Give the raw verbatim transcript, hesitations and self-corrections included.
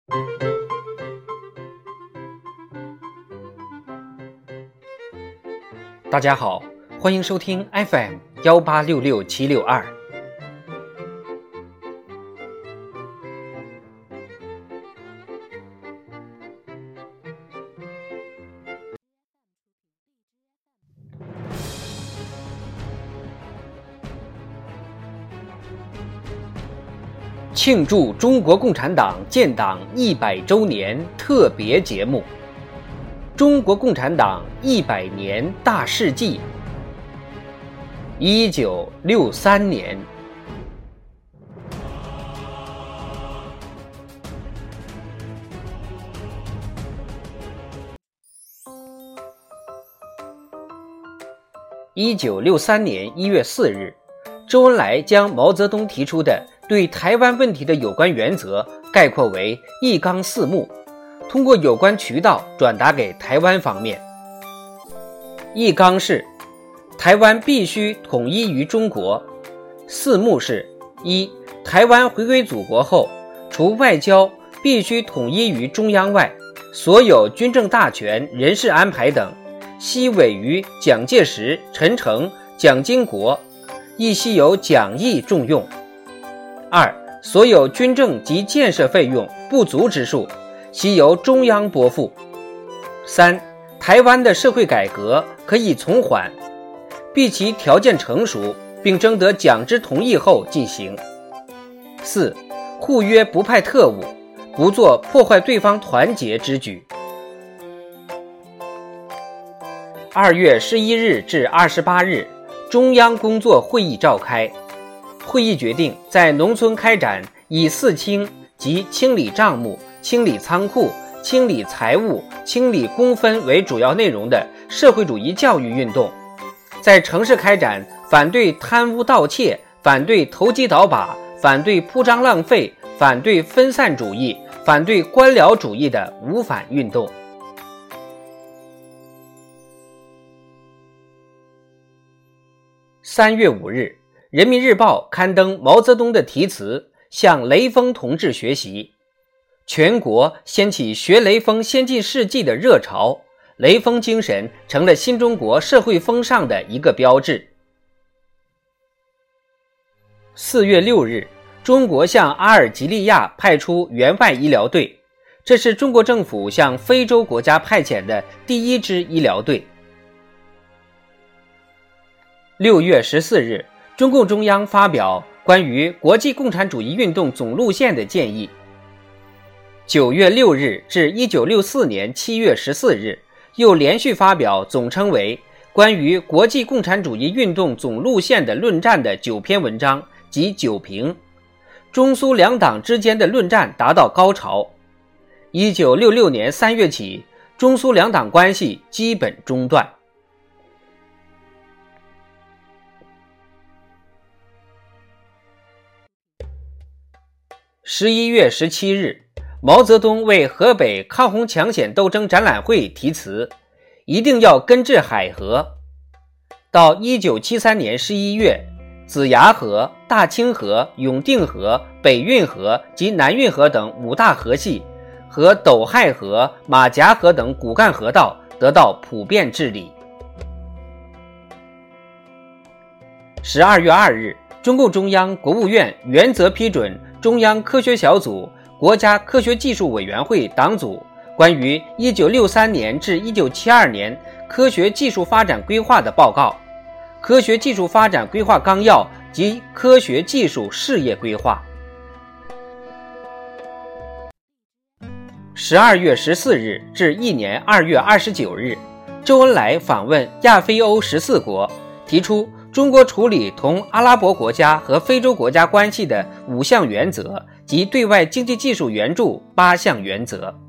大家好，欢迎收听 F M 一八六六七六二。庆祝中国共产党建党一百周年特别节目，中国共产党一百年大事记。一九六三年，一九六三年一月四日，周恩来将毛泽东提出的对台湾问题的有关原则概括为一纲四目，通过有关渠道转达给台湾方面。一纲是台湾必须统一于中国，四目是：一、台湾回归祖国后，除外交必须统一于中央外，所有军政大权、人事安排等悉委于蒋介石、陈诚、蒋经国，亦悉由蒋毅重用。二、所有军政及建设费用不足之数，悉由中央拨付。三、台湾的社会改革可以从缓，必其条件成熟，并征得蒋之同意后进行。四、互约不派特务，不做破坏对方团结之举。二月十一日至二十八日，中央工作会议召开。会议决定在农村开展以四清即清理账目、清理仓库、清理财物、清理公分为主要内容的社会主义教育运动，在城市开展反对贪污盗窃、反对投机倒把、反对铺张浪费、反对分散主义、反对官僚主义的无反运动。三月五日，人民日报刊登毛泽东的题词，向雷锋同志学习，全国掀起学雷锋先进事迹的热潮，雷锋精神成了新中国社会风尚的一个标志。四月六日，中国向阿尔及利亚派出援外医疗队，这是中国政府向非洲国家派遣的第一支医疗队。六月十四日，中共中央发表关于国际共产主义运动总路线的建议。九月六日至一九六四年七月十四日，又连续发表总称为关于国际共产主义运动总路线的论战的九篇文章及九评，中苏两党之间的论战达到高潮。一九六六年三月起，中苏两党关系基本中断。十一月十七日，毛泽东为河北抗洪抢险斗争展览会题词，一定要根治海河。到一九七三年十一月，子牙河、大清河、永定河、北运河及南运河等五大河系和斗亥河、马夹河等骨干河道得到普遍治理。十二月二日，中共中央、国务院原则批准中央科学小组、国家科学技术委员会党组关于一九六三年至一九七二年科学技术发展规划的报告、科学技术发展规划纲要及科学技术事业规划。十二月十四日至一年二月二十九日，周恩来访问亚非欧十四国，提出中国处理同阿拉伯国家和非洲国家关系的五项原则及对外经济技术援助八项原则。